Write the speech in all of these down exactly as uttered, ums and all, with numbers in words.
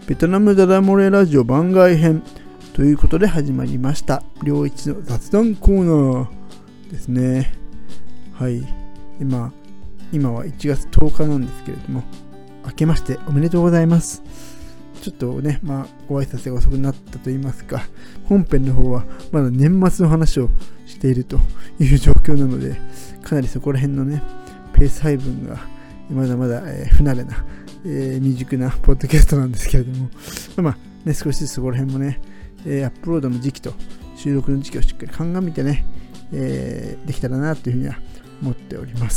ベトナムダダ漏れラジオ番外編ということで始まりました。良一の雑談コーナーですね。はい。今、今はいちがつとおかなんですけれども、明けましておめでとうございます。ちょっとね、まあ、ご挨拶が遅くなったと言いますか、本編の方はまだ年末の話をしているという状況なので、かなりそこら辺のね、ペース配分がまだまだ、えー、不慣れな、えー、未熟なポッドキャストなんですけれども、まあね、少しずつそこら辺もね、えー、アップロードの時期と収録の時期をしっかり鑑みてね、えー、できたらなというふうには思っております。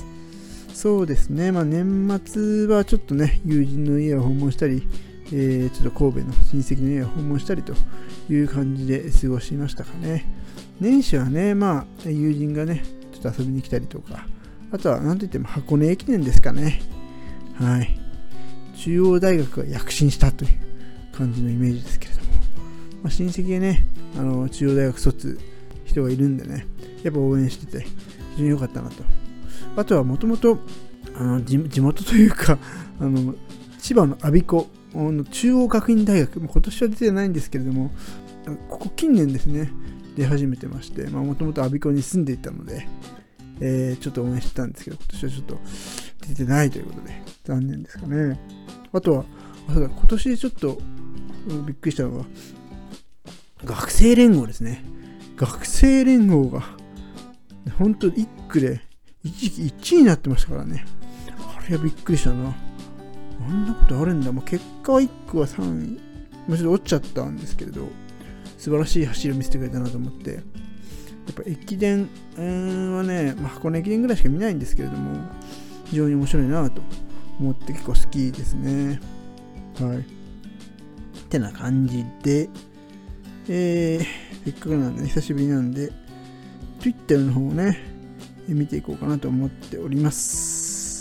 そうですね、まあ年末はちょっとね、友人の家を訪問したり、えー、ちょっと神戸の親戚の家を訪問したりという感じで過ごしましたかね。年始はね、まあ友人がね、ちょっと遊びに来たりとか、あとは何といっても箱根駅伝ですかね。はい。中央大学が躍進したという感じのイメージですけれども、まあ、親戚でね、あの中央大学卒人がいるんでね、やっぱ応援してて非常に良かったなと。あとはもともと地元というか、あの千葉の我孫子の中央学院大学、今年は出てないんですけれども、ここ近年ですね、出始めてまして、もともと我孫子に住んでいたので、えー、ちょっと応援してたんですけど、今年はちょっと出てないということで、残念ですかね。あとは、あそうだ、今年ちょっとびっくりしたのは、学生連合ですね。学生連合が、本当いっ区で一時期いちいになってましたからね。あれはびっくりしたな。あんなことあるんだ。まあ、結果はいっ区はさんい。もちろん落ちちゃったんですけれど、素晴らしい走りを見せてくれたなと思って、やっぱ駅伝はね、まあ、箱根駅伝ぐらいしか見ないんですけれども、非常に面白いなと思って結構好きですね。はい。ってな感じで、えー、せっかくなんで、ね、久しぶりなんで、Twitter の方をね、見ていこうかなと思っております。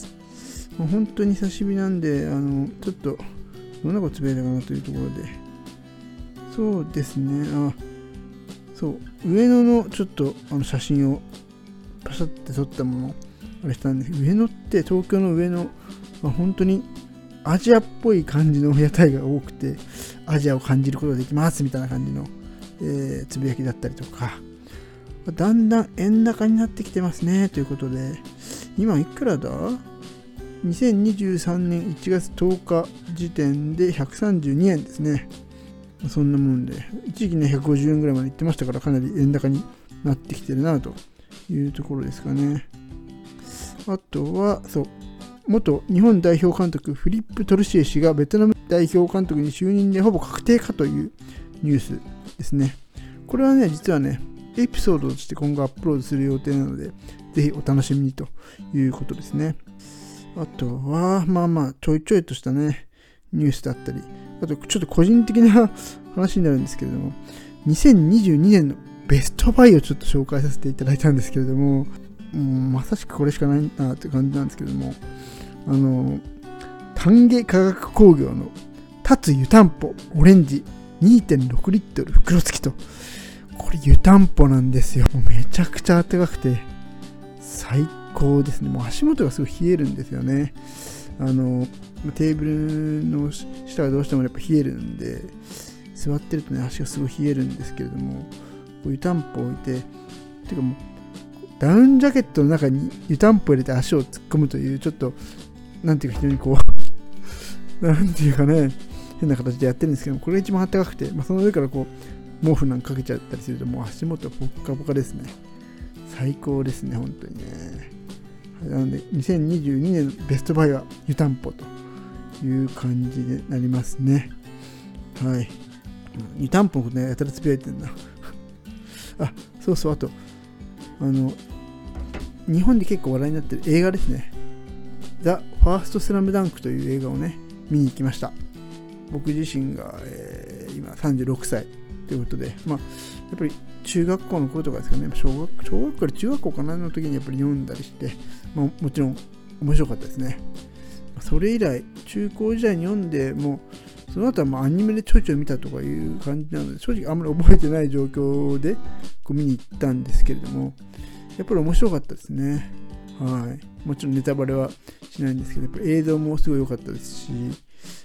もう本当に久しぶりなんで、あの、ちょっと、どんなことつぶやいたかなというところで、そうですね、あ、そう、上野のちょっとあの写真をパシャって撮ったものをあれしたんですけど、上野って東京の上野、まあ、本当にアジアっぽい感じの屋台が多くて、アジアを感じることができますみたいな感じの、えー、つぶやきだったりとか、だんだん円高になってきてますねということで、今いくらだ ?にせんにじゅうさんねんいちがつとおか時点でひゃくさんじゅうにえんですね。そんなもんで、一時期ねひゃくごじゅうえんぐらいまで行ってましたから、かなり円高になってきてるなというところですかね。あとは、そう、元日本代表監督フィリップ・トルシエ氏がベトナム代表監督に就任でほぼ確定かというニュースですね。これはね、実はね、エピソードとして今後アップロードする予定なので、ぜひお楽しみにということですね。あとは、まあまあ、ちょいちょいとしたね、ニュースだったり、あとちょっと個人的な話になるんですけれども、にせんにじゅうにねんのベストバイをちょっと紹介させていただいたんですけれども、もうまさしくこれしかないなって感じなんですけれども、あの、丹下化学工業の立つ湯たんぽオレンジ にてんろくリットル袋付きと、これ湯たんぽなんですよ。もうめちゃくちゃ暖かくて最高ですね。もう足元がすごい冷えるんですよね。あのテーブルの下がどうしてもやっぱ冷えるんで、座ってるとね足がすごい冷えるんですけれども、湯たんぽ置いて、てかもうダウンジャケットの中に湯たんぽ入れて足を突っ込むという、ちょっとなんていうか非常にこうなんていうかね、変な形でやってるんですけども、これが一番暖かくて、まあ、その上からこう毛布なんかかけちゃったりすると、もう足元ポッカポカですね。最高ですね、本当にね。なのでにせんにじゅうにねんのベストバイは湯たんぽという感じになりますね。はい。湯たんぽのことね、やたらつぶやいてるんだ。あ、そうそう、あと、あの、日本で結構話題になってる映画ですね。ザ・ファーストスラムダンクという映画をね、見に行きました。僕自身が、えー、今さんじゅうろくさいということで、まあ、やっぱり中学校の頃とかですかね、小学、小学校から中学校かなの時にやっぱり読んだりして、まあ、もちろん面白かったですね。それ以来、中高時代に読んで、もう、その後はまあアニメでちょいちょい見たとかいう感じなので、正直あんまり覚えてない状況でこう見に行ったんですけれども、やっぱり面白かったですね。はい。もちろんネタバレはしないんですけど、やっぱり映像もすごい良かったですし、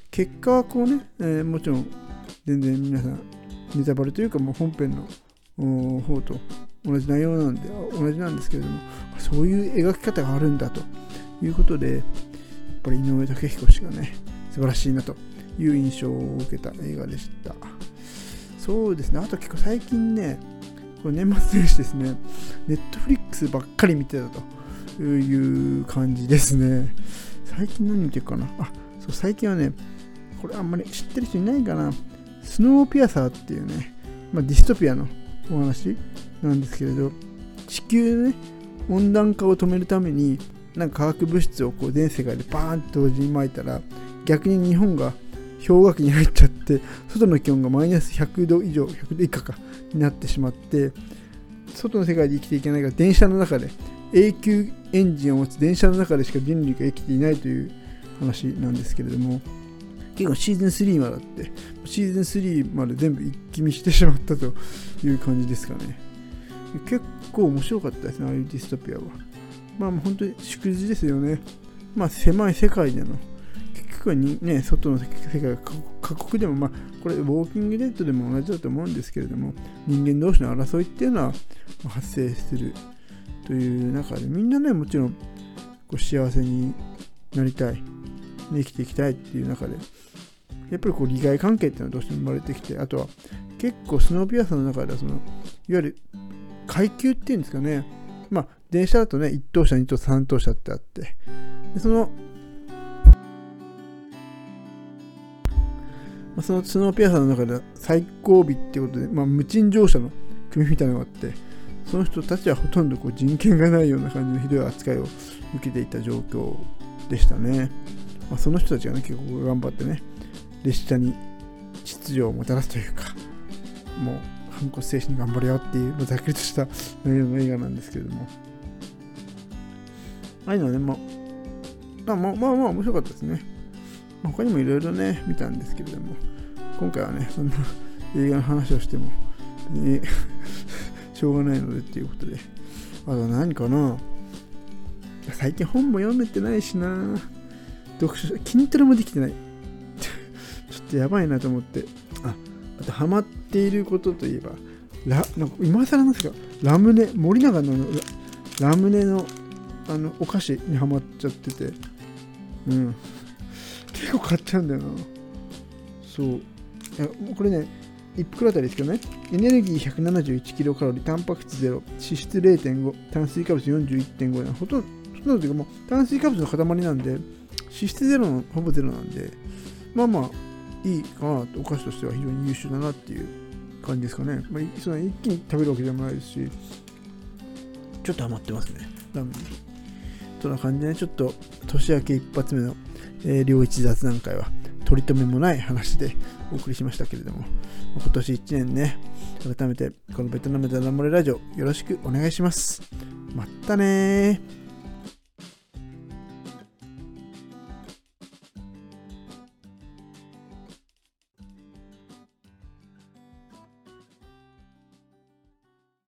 結果はこうね、えー、もちろん全然皆さんネタバレというかもう本編の方と同じ内容なんで同じなんですけれども、そういう描き方があるんだということで、やっぱり井上武彦氏がね素晴らしいなという印象を受けた映画でした。そうですね、あと結構最近ね、これ年末年始ですね、ネットフリックスばっかり見てたという感じですね。最近何見てるかな。あ、そう最近はね、これあんまり知ってる人いないかな。スノーピアサーっていうね、まあ、ディストピアのお話なんですけれど、地球のね温暖化を止めるためになんか化学物質をこう全世界でバーンと同時に撒いたら、逆に日本が氷河期に入っちゃって、外の気温がマイナスひゃくど以上、ひゃくど以下かになってしまって、外の世界で生きていけないから電車の中で、永久エンジンを持つ電車の中でしか人類が生きていないという話なんですけれども、結構シーズンスリーまであって、シーズンスリーまで全部一気見してしまったという感じですかね。結構面白かったですね、ああいうディストピアは。まあ本当に縮図ですよね。まあ狭い世界での、結局はにね、外の世界が過酷でも、まあこれウォーキングデッドでも同じだと思うんですけれども、人間同士の争いっていうのは発生するという中で、みんなね、もちろんこう幸せになりたい、生きていきたいっていう中で、やっぱりこう利害関係っていうのはどうしても生まれてきて、あとは結構スノーピアサーの中ではそのいわゆる階級っていうんですかね、まあ電車だとねいち等車に等さん等車ってあって、でそのそのスノーピアサーの中では最後尾っていうことで、まあ、無賃乗車の組みたいなのがあって、その人たちはほとんどこう人権がないような感じのひどい扱いを受けていた状況でしたね。まあ、その人たちがね結構頑張ってね列車に秩序をもたらすというか、もう反骨精神に頑張れよっていうざっくりとした内容の映画なんですけれども、ああいうのはね、まあ、まあまあまあ面白かったですね。まあ、他にもいろいろね見たんですけれども、今回はねそんな映画の話をしても、ね、しょうがないのでっていうことで、あと何かな、最近本も読めてないしな、読書筋トレもできてないちょっとやばいなと思って、あ、あとハマっていることといえば、ラなんか今更なんですか、ラムネ、森永のラ、ラムネのあのお菓子にハマっちゃってて、うん、結構買っちゃうんだよな。そう、いやこれね、いっ袋あたりですけどね、エネルギー ひゃくななじゅういちキロカロリー、タンパク質ゼロ、脂質 れいてんご、炭水化物 よんじゅういってんご ほとんど、ほとんどというかもう炭水化物の塊なんで、脂質ゼロのほぼゼロなんで、まあまあいいかなと、お菓子としては非常に優秀だなっていう感じですかね。まあ、その一気に食べるわけでもないですし、ちょっとハマってますね、ラムに。そんな感じで、ね、ちょっと年明け一発目の、えー、両一雑談会は取り留めもない話でお送りしましたけれども、今年いちねんね、改めてこのベトナムダダ漏れラジオよろしくお願いします。またねー。